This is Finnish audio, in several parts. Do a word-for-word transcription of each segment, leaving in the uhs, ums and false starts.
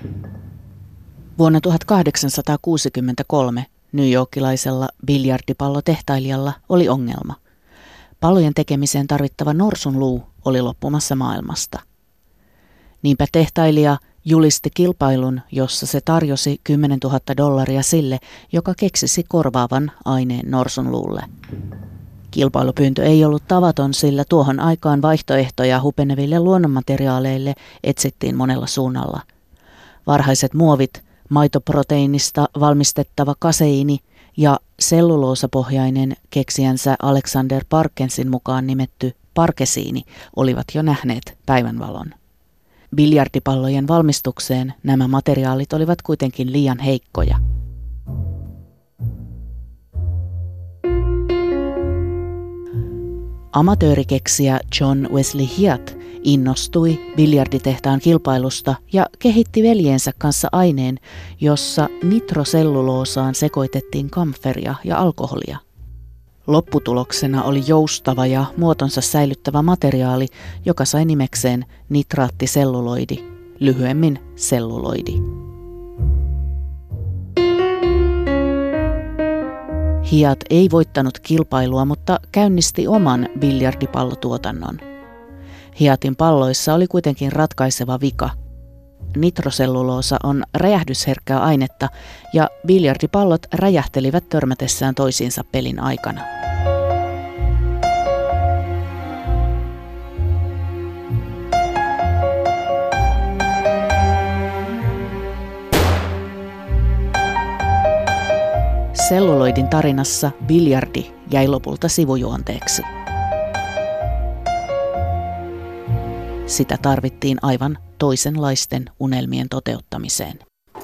Vuonna tuhatkahdeksansataakuusikymmentäkolme newyorkilaisella biljardipallotehtailijalla oli ongelma. Pallojen tekemiseen tarvittava norsunluu oli loppumassa maailmasta. Niinpä tehtailija julisti kilpailun, jossa se tarjosi kymmenentuhatta dollaria sille, joka keksisi korvaavan aineen norsunluulle. Kilpailupyyntö ei ollut tavaton, sillä tuohon aikaan vaihtoehtoja hupeneville luonnonmateriaaleille etsittiin monella suunnalla. Varhaiset muovit, maitoproteiinista valmistettava kaseiini ja selluloosapohjainen keksijänsä Alexander Parkensin mukaan nimetty parkesiini olivat jo nähneet päivänvalon. Biljardipallojen valmistukseen nämä materiaalit olivat kuitenkin liian heikkoja. Amatöörikeksijä John Wesley Hyatt innostui biljarditehtaan kilpailusta ja kehitti veljensä kanssa aineen, jossa nitroselluloosaan sekoitettiin kamferia ja alkoholia. Lopputuloksena oli joustava ja muotonsa säilyttävä materiaali, joka sai nimekseen nitraattiselluloidi, lyhyemmin selluloidi. Hyatt ei voittanut kilpailua, mutta käynnisti oman biljardipallotuotannon. Hyattin palloissa oli kuitenkin ratkaiseva vika. Nitroselluloosa on räjähdysherkkää ainetta ja biljardipallot räjähtelivät törmätessään toisiinsa pelin aikana. Selluloidin tarinassa biljardi jäi lopulta sivujuonteeksi. Sitä tarvittiin aivan toisenlaisten unelmien toteuttamiseen.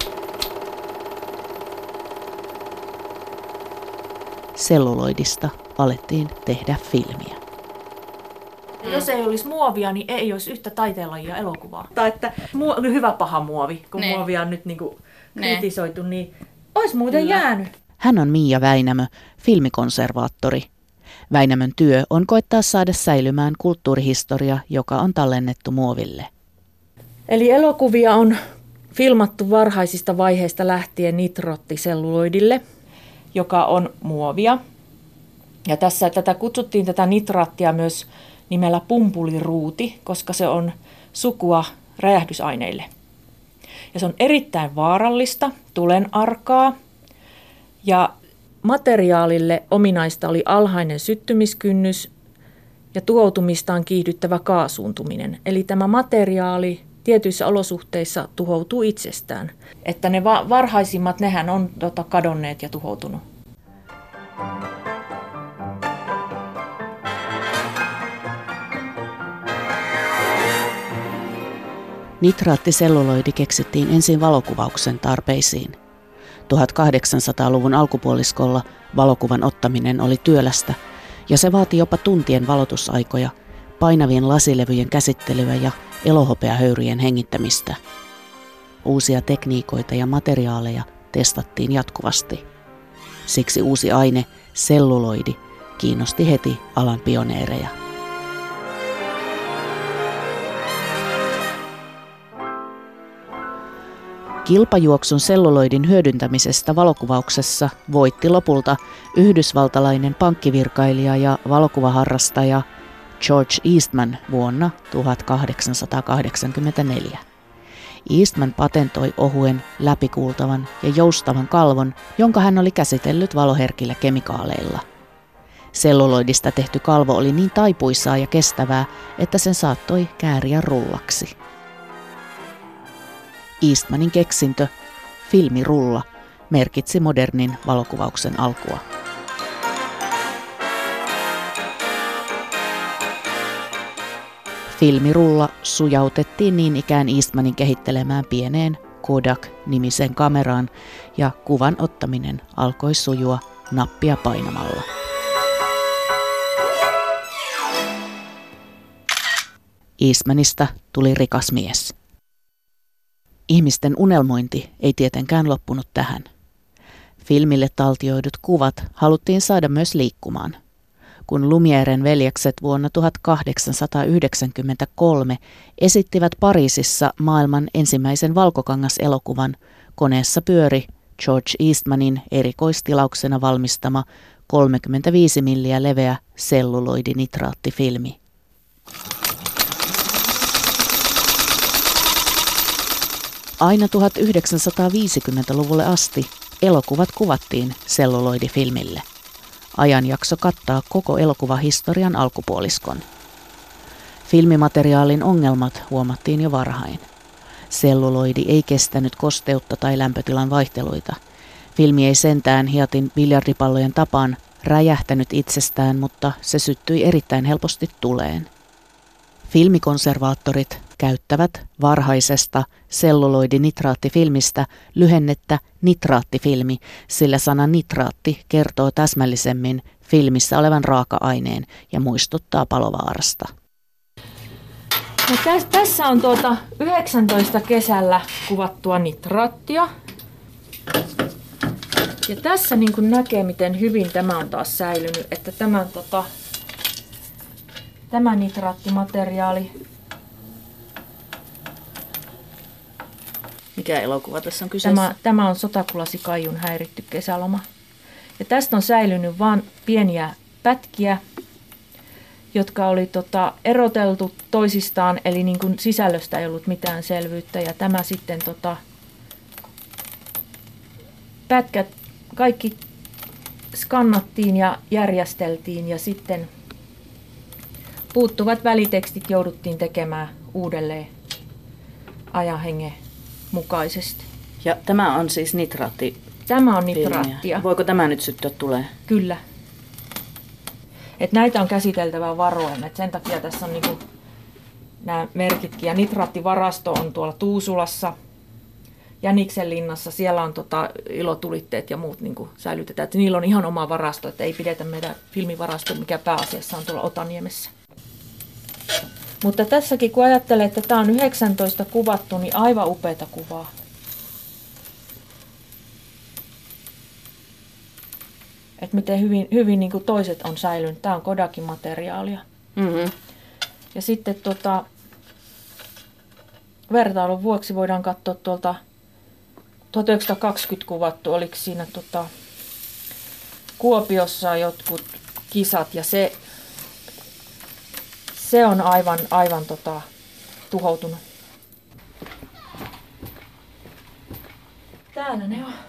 Selluloidista alettiin tehdä filmiä. Jos ei olisi muovia, niin ei olisi yhtä taiteenlajia elokuvaa. Tai että mu- hyvä paha muovi, kun ne. muovia on nyt niinku kritisoitu, niin olisi muuten Kyllä. jäänyt. Hän on Miia Väinämö, filmikonservaattori. Väinämön työ on koettaa saada säilymään kulttuurihistoria, joka on tallennettu muoville. Eli elokuvia on filmattu varhaisista vaiheista lähtien nitraattiselluloidille, joka on muovia. Ja tässä tätä kutsuttiin tätä nitraattia myös nimellä pumpuliruuti, koska se on sukua räjähdysaineille. Ja se on erittäin vaarallista, tulenarkaa. Ja materiaalille ominaista oli alhainen syttymiskynnys ja tuhoutumistaan kiihdyttävä kaasuuntuminen. Eli tämä materiaali tietyissä olosuhteissa tuhoutuu itsestään. Että ne va- varhaisimmat, nehän on tota, kadonneet ja tuhoutunut. Nitraattiselluloidi keksittiin ensin valokuvauksen tarpeisiin. tuhatkahdeksansataaluvun alkupuoliskolla valokuvan ottaminen oli työlästä ja se vaati jopa tuntien valotusaikoja, painavien lasilevyjen käsittelyä ja elohopeahöyryjen hengittämistä. Uusia tekniikoita ja materiaaleja testattiin jatkuvasti. Siksi uusi aine, selluloidi, kiinnosti heti alan pioneereja. Kilpajuoksun selluloidin hyödyntämisestä valokuvauksessa voitti lopulta yhdysvaltalainen pankkivirkailija ja valokuvaharrastaja George Eastman vuonna tuhatkahdeksansataakahdeksankymmentäneljä. Eastman patentoi ohuen, läpikuultavan ja joustavan kalvon, jonka hän oli käsitellyt valoherkillä kemikaaleilla. Selluloidista tehty kalvo oli niin taipuisaa ja kestävää, että sen saattoi kääriä rullaksi. Eastmanin keksintö, filmirulla, merkitsi modernin valokuvauksen alkua. Filmirulla sujautettiin niin ikään Eastmanin kehittelemään pieneen Kodak-nimiseen kameraan ja kuvan ottaminen alkoi sujua nappia painamalla. Eastmanista tuli rikas mies. Ihmisten unelmointi ei tietenkään loppunut tähän. Filmille taltioidut kuvat haluttiin saada myös liikkumaan. kun Lumièren veljekset vuonna tuhatkahdeksansataayhdeksänkymmentäkolme esittivät Pariisissa maailman ensimmäisen valkokangaselokuvan, koneessa pyöri George Eastmanin erikoistilauksena valmistama kolmekymmentäviisi milliä leveä selluloidinitraattifilmi. Aina tuhatyhdeksänsataaviisikymmentäluvulle asti elokuvat kuvattiin selluloidifilmille. Ajanjakso kattaa koko elokuvahistorian alkupuoliskon. Filmimateriaalin ongelmat huomattiin jo varhain. Selluloidi ei kestänyt kosteutta tai lämpötilan vaihteluita. Filmi ei sentään hiatin biljardipallojen tapaan räjähtänyt itsestään, mutta se syttyi erittäin helposti tuleen. Filmikonservaattorit käyttävät varhaisesta selluloidinitraattifilmistä lyhennettä nitraattifilmi, sillä sana nitraatti kertoo täsmällisemmin filmissä olevan raaka-aineen ja muistuttaa palovaarasta. No täs, tässä on tuota yhdeksäntoista kesällä kuvattua nitraattia. Ja tässä niin kuin näkee, miten hyvin tämä on taas säilynyt, että tämä, tota, tämä nitraattimateriaali. Mikä elokuva tässä on kyseessä? Tämä, tämä on Sotakulasi Kaijun häiritty kesäloma. Ja tästä on säilynyt vain pieniä pätkiä, jotka oli tota, eroteltu toisistaan, eli niin kuin sisällöstä ei ollut mitään selvyyttä. Ja tämä sitten tota, pätkät kaikki skannattiin ja järjesteltiin ja sitten puuttuvat välitekstit jouduttiin tekemään uudelleen ajanhengen mukaisesti. Ja tämä on siis nitraatti. Tämä on nitraattia. Voiko tämä nyt syttyä tulee? Kyllä. Et näitä on käsiteltävä varoen. Et sen takia tässä on niinku nämä merkitkin. Ja nitraattivarasto on tuolla Tuusulassa, Jäniksenlinnassa. Siellä on tota ilotulitteet ja muut niinku säilytetään. Et niillä on ihan oma varasto, että ei pidetä meidän filmivarasto, mikä pääasiassa on tuolla Otaniemessä. Mutta tässäkin kun ajattelee, että tämä on yhdeksäntoista kuvattu, niin aivan upeata kuvaa. Että miten hyvin, hyvin niin kuin toiset on säilynyt. Tämä on Kodakin materiaalia. Mm-hmm. Ja sitten tota, vertailun vuoksi voidaan katsoa tuolta tuhatyhdeksänsataakaksikymmentä kuvattu. Oliko siinä tota, Kuopiossa jotkut kisat ja se, se on aivan, aivan tota, tuhoutunut. Täällä ne on.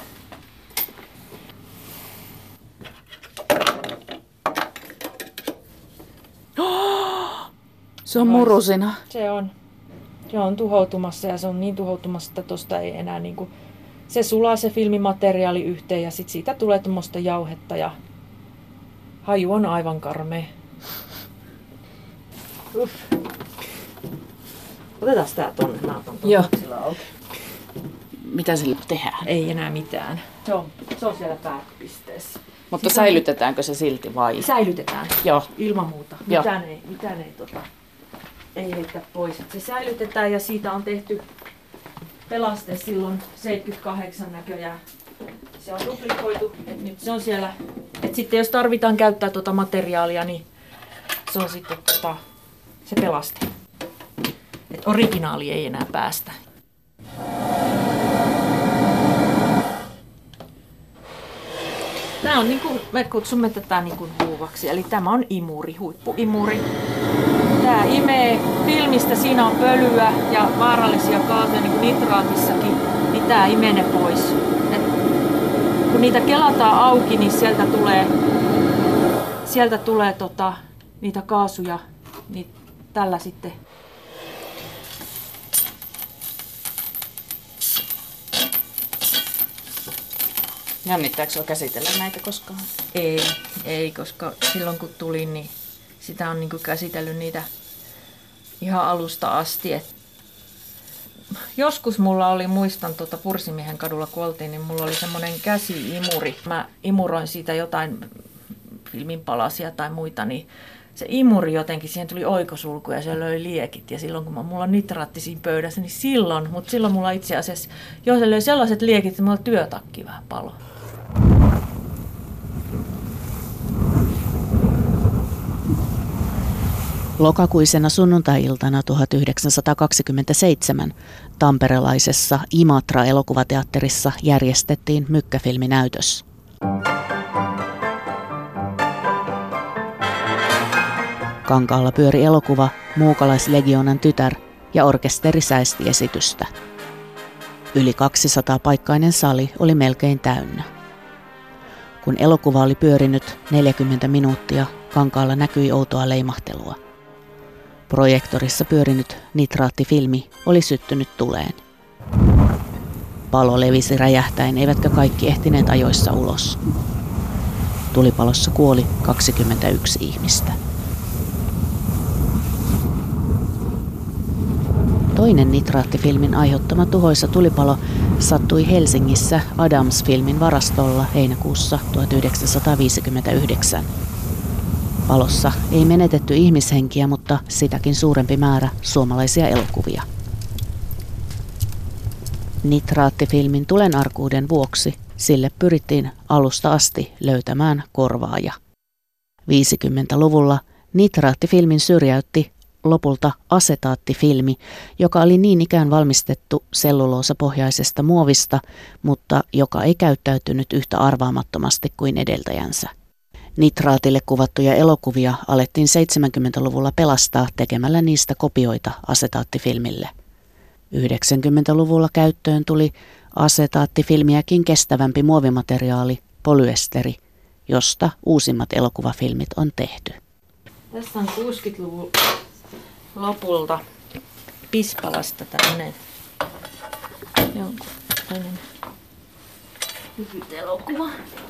Se on murusina. Se on. Se on tuhoutumassa ja se on niin tuhoutumassa, että tuosta ei enää niinku, se sulaa se filmimateriaali yhteen ja sit siitä tulee tuommoista jauhetta ja haju on aivan karmea. Uff. Otetaan tää tonne naapan sillä auki. Mitä sillä tehdään? Ei enää mitään. Se on, se on siellä pääpisteessä. Mutta Sitä säilytetäänkö se silti vai? Säilytetään. Joo. Ilman muuta. Joo. Mitään ei, mitään ei, tota, ei heitä pois. Se säilytetään ja siitä on tehty pelaste silloin seitsemänkymmentäkahdeksan näköjään. Se on duplikoitu. Et nyt se on siellä. Et sitten jos tarvitaan käyttää tuota materiaalia, niin se on sitten tota, se pelaste. Et originaali ei enää päästä. Tämä on niin kuin, me kutsumme tätä niin kuin huuvaksi, eli tämä on imuri, huippuimuri. Tämä imee filmistä, siinä on pölyä ja vaarallisia kaasuja, niin kuin nitraatissakin, niin tämä imee ne pois. Et kun niitä kelataan auki, niin sieltä tulee, sieltä tulee tota, niitä kaasuja, niin tällä sitten. Jännittääkö sinua käsitellä näitä koskaan? Ei, ei, koska silloin kun tulin, niin sitä on niin kuin käsitellyt niitä ihan alusta asti. Et joskus mulla oli, muistan tuota Pursimiehen kadulla kun oltiin, niin mulla oli semmoinen käsi-imuri. Mä imuroin siitä jotain filminpalasia tai muita, niin se imuri jotenkin, siihen tuli oikosulku ja se löi liekit. Ja silloin kun mä, mulla on nitraatti siinä pöydässä, niin silloin, mutta silloin mulla itse asiassa, jo se löi sellaiset liekit, että mulla työtakki vähän palo. Lokakuisena sunnuntai-iltana tuhatyhdeksänsataakaksikymmentäseitsemän tamperelaisessa Imatra-elokuvateatterissa järjestettiin mykkäfilminäytös. Kankaalla pyöri elokuva Muukalaislegionan tytär ja orkesteri säesti esitystä. Yli kaksisataa-paikkainen sali oli melkein täynnä. Kun elokuva oli pyörinyt neljäkymmentä minuuttia, Kankaalla näkyi outoa leimahtelua. Projektorissa pyörinyt nitraattifilmi oli syttynyt tuleen. Palo levisi räjähtäen, eivätkä kaikki ehtineet ajoissa ulos. Tulipalossa kuoli kaksikymmentäyksi ihmistä. Toinen nitraattifilmin aiheuttama tuhoisa tulipalo sattui Helsingissä Adams-filmin varastolla heinäkuussa tuhatyhdeksänsataaviisikymmentäyhdeksän. Palossa ei menetetty ihmishenkiä, mutta sitäkin suurempi määrä suomalaisia elokuvia. Nitraattifilmin tulenarkuuden vuoksi sille pyrittiin alusta asti löytämään korvaaja. viisikymmentäluvulla nitraattifilmin syrjäytti lopulta asetaattifilmi, joka oli niin ikään valmistettu selluloosapohjaisesta muovista, mutta joka ei käyttäytynyt yhtä arvaamattomasti kuin edeltäjänsä. Nitraatille kuvattuja elokuvia alettiin seitsemänkymmentäluvulla pelastaa tekemällä niistä kopioita asetaattifilmille. yhdeksänkymmentäluvulla käyttöön tuli asetaattifilmiäkin kestävämpi muovimateriaali, polyesteri, josta uusimmat elokuvafilmit on tehty. Tässä on kuusikymmentäluvun lopulta Pispalasta tämmöinen jonkunlainen lyhyt elokuva.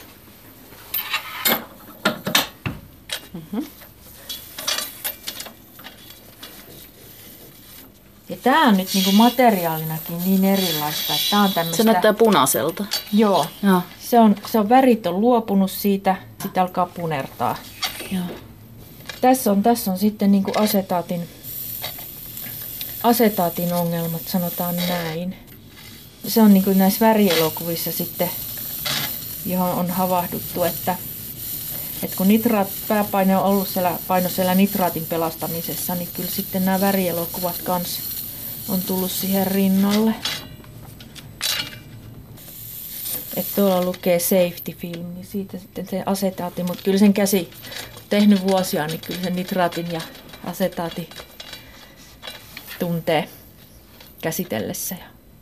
Mm-hmm. Ja tää on nyt niinku materiaalinakin niin erilaista, että tää on tämmöistä... Se näyttää punaiselta. Joo. Joo. Se on, se on värit on luopunut siitä, sitten alkaa punertaa. Joo. Tässä on, tässä on sitten niinku asetaatin, asetaatin ongelmat, sanotaan näin. Se on niinku näissä värielokuvissa sitten, johon on havahduttu, että, että kun nitraat, pääpaine on ollut siellä, paino siellä nitraatin pelastamisessa, niin kyllä sitten nämä värielokuvat kanssa on tullut siihen rinnalle. Että tuolla lukee safety film, niin siitä sitten se asetaatti, mutta kyllä sen käsi, kun tehnyt vuosia, niin kyllä sen nitraatin ja asetaatin tuntee käsitellessä.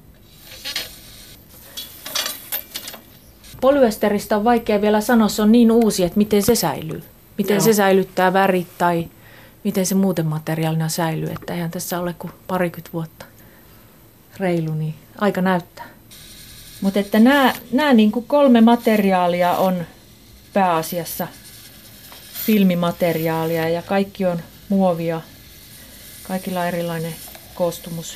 Polyesteristä on vaikea vielä sanoa, se on niin uusi, että miten se säilyy. Miten Joo. se säilyttää värit tai miten se muuten materiaalina säilyy. Että eihän tässä ole kuin parikymmentä vuotta reilu, niin aika näyttää. Mutta että nämä, nämä niin kuin kolme materiaalia on pääasiassa filmimateriaalia ja kaikki on muovia. Kaikilla on erilainen koostumus.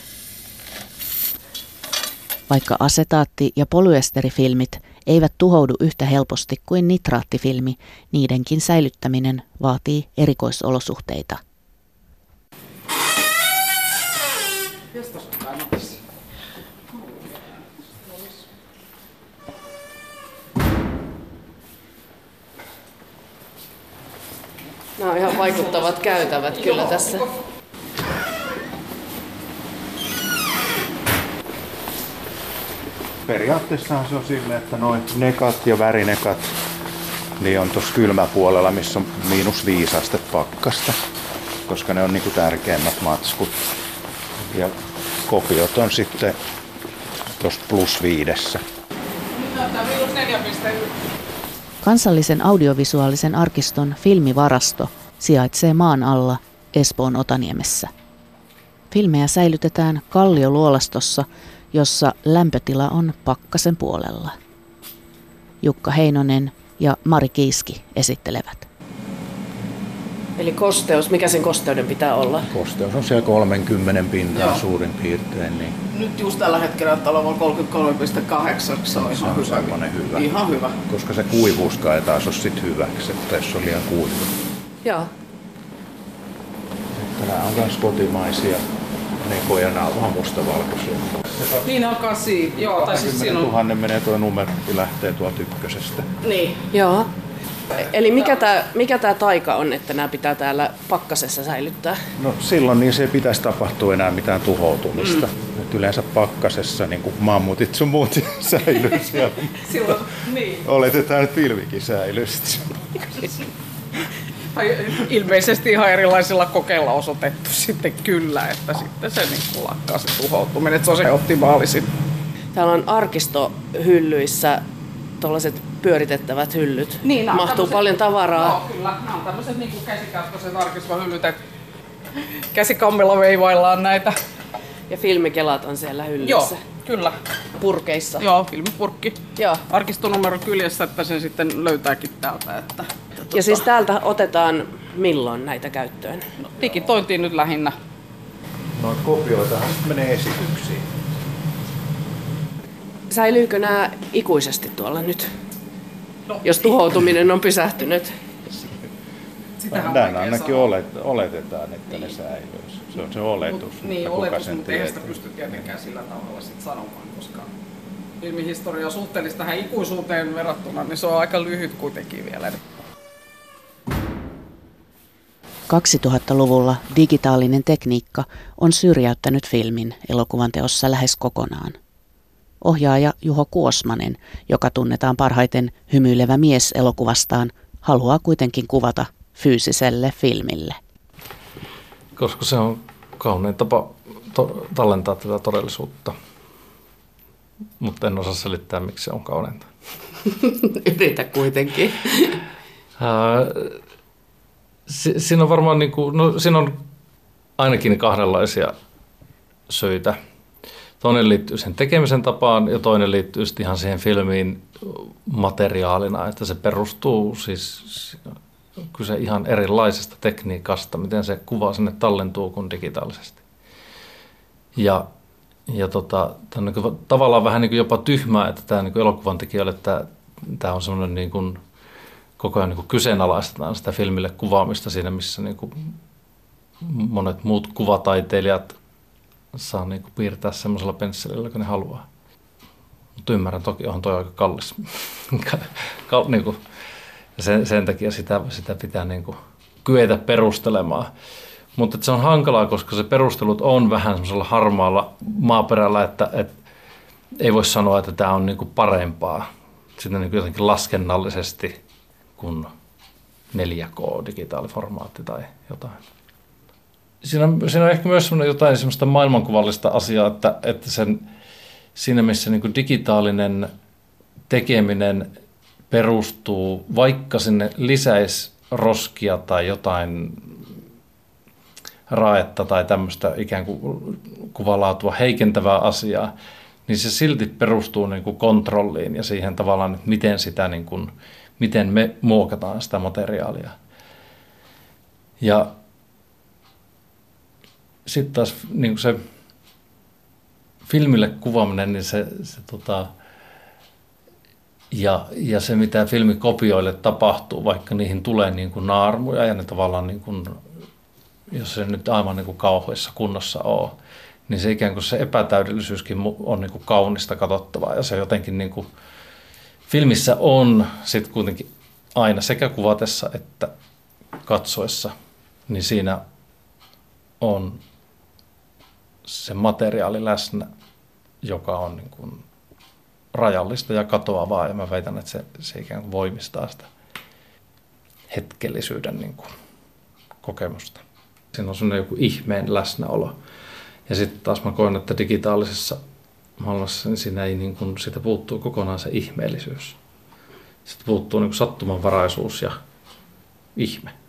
Vaikka asetaatti- ja polyesterifilmit eivät tuhoudu yhtä helposti kuin nitraattifilmi, niidenkin säilyttäminen vaatii erikoisolosuhteita. Nämä on ihan vaikuttavat käytävät kyllä tässä. Periaatteessahan se on silleen, että noin nekat ja värinekat niin on tuossa kylmäpuolella, missä on miinus viisi astetta pakkasta, koska ne on niinku tärkeimmät matskut. Ja kopiot on sitten tuossa plus viidessä. Kansallisen audiovisuaalisen arkiston filmivarasto sijaitsee maan alla Espoon Otaniemessä. Filmejä säilytetään kallioluolastossa, jossa lämpötila on pakkasen puolella. Jukka Heinonen ja Mari Kiiski esittelevät. Eli kosteus, mikä sen kosteuden pitää olla? Kosteus on siellä kolmekymmentä pintaa suurin piirtein. Niin nyt just tällä hetkellä on olevan kolmekymmentäkolme pilkku kahdeksan, se on se ihan on hyvä. semmoinen hyvä. Ihan hyvä. Koska se kuivuuskaan ei taas ole sit hyväksi, että jos on liian kuiva. Joo. Nämä on myös kotimaisia nekoja, nämä on vähän mustavalkoisia. Niin on kasi, joo. Tai siis siinä on... tuhannen menee tuo numero, lähtee tuolta ykkösestä. Niin. Joo. Eli mikä tämä mikä tää taika on, että nämä pitää täällä pakkasessa säilyttää? No silloin niin se ei pitäisi tapahtua enää mitään tuhoutumista. Mm. Et yleensä pakkasessa niin kuin mammutit sun muut säilyy siellä. Silloin, niin. Oletetaan, että pilvikin säilyy Ilmeisesti ihan erilaisilla kokeilla osoitettu sitten kyllä, että sitten se niin lakkaa se tuhoutuminen, että se on se optimaalisin. Täällä on arkistohyllyissä tuollaiset pyöritettävät hyllyt. Niin, mahtuu tämmöset, paljon tavaraa. Joo, kyllä. Nämä on tämmöiset niin käsikäyttöiset arkistohyllyt, että käsikammilla veivaillaan näitä. Ja filmikelat on siellä hyllyssä. Joo, kyllä. Purkeissa. Joo, filmipurkki. Joo. Arkistonumero kyljessä, että sen sitten löytääkin täältä. Että, että ja siis täältä otetaan milloin näitä käyttöön? No, digitointiin nyt lähinnä. No kopioitahan menee esityksiin. Säilyykö nämä ikuisesti tuolla nyt, No, jos tuhoutuminen on pysähtynyt? Näin ainakin olet, oletetaan, että niin. ne säilyy. Se on se oletus. Mut, niin, oletus, mutta eihän sitä pysty tietenkään sillä tavalla sit sanomaan, koska filmihistoria suhteellisesti tähän ikuisuuteen verrattuna, niin se on aika lyhyt kuitenkin vielä. kaksituhattaluvulla digitaalinen tekniikka on syrjäyttänyt filmin elokuvan teossa lähes kokonaan. Ohjaaja Juho Kuosmanen, joka tunnetaan parhaiten hymyilevä mies elokuvastaan, haluaa kuitenkin kuvata fyysiselle filmille. Koska se on kaunein tapa to- tallentaa tätä todellisuutta, mutta en osaa selittää, miksi se on kauneinta. Yritä kuitenkin. Si- siinä on varmaan niin kuin, no, siinä on ainakin kahdenlaisia syitä. Toinen liittyy sen tekemisen tapaan ja toinen liittyy ihan siihen filmiin materiaalina, että se perustuu siis kyse ihan erilaisesta tekniikasta, miten se kuva sinne tallentuu kuin digitaalisesti. Ja, ja tota, tämä on niin tavallaan vähän niin kuin jopa tyhmää, että tämä niin elokuvan tekijöille tämä, tämä on semmoinen niin kuin koko ajan niin kuin kyseenalaistetaan sitä filmille kuvaamista siinä, missä niin kuin monet muut kuvataiteilijat saa niin kuin piirtää semmoisella pensselillä, kun ne haluaa. Mutta ymmärrän, toki on toi aika kallis. Kal, niin kuin, ja sen, sen takia sitä, sitä pitää niin kuin kyetä perustelemaan. Mutta se on hankalaa, koska se perustelut on vähän semmoisella harmaalla maaperällä, että et, ei voi sanoa, että tämä on niin kuin parempaa. Sitten niin kuin jotenkin laskennallisesti kuin neljä K-digitaaliformaatti tai jotain. Siinä on, siinä on ehkä myös jotain semmoista maailmankuvallista asiaa, että, että sen, siinä missä niin kuin digitaalinen tekeminen perustuu, vaikka sinne lisäisi roskia tai jotain raetta tai tämmöistä ikään kuin kuvalaatua heikentävää asiaa, niin se silti perustuu niin kuin kontrolliin ja siihen tavallaan, että miten, sitä niin kuin, miten me muokataan sitä materiaalia. Ja sitten taas niin se filmille kuvaaminen, niin se, se tota, ja, ja se mitä filmikopioille tapahtuu, vaikka niihin tulee niin kuin naarmuja ja ne tavallaan, niin kuin, jos se nyt aivan niin kuin kauheassa kunnossa on, niin se ikään kuin se epätäydellisyyskin on niin kuin kaunista katsottavaa ja se jotenkin niin kuin, filmissä on sitten kuitenkin aina sekä kuvatessa että katsoessa, niin siinä on se materiaali läsnä, joka on niin kuin rajallista ja katoavaa, ja mä väitän, että se, se ikään kuin voimistaa sitä hetkellisyyden niin kuin kokemusta. Siinä on sellainen joku ihmeen läsnäolo. Ja sitten taas mä koen, että digitaalisessa maailmassa niin siinä ei niin kuin, siitä puuttuu kokonaan se ihmeellisyys. Sitten puuttuu niin kuin sattumanvaraisuus ja ihme.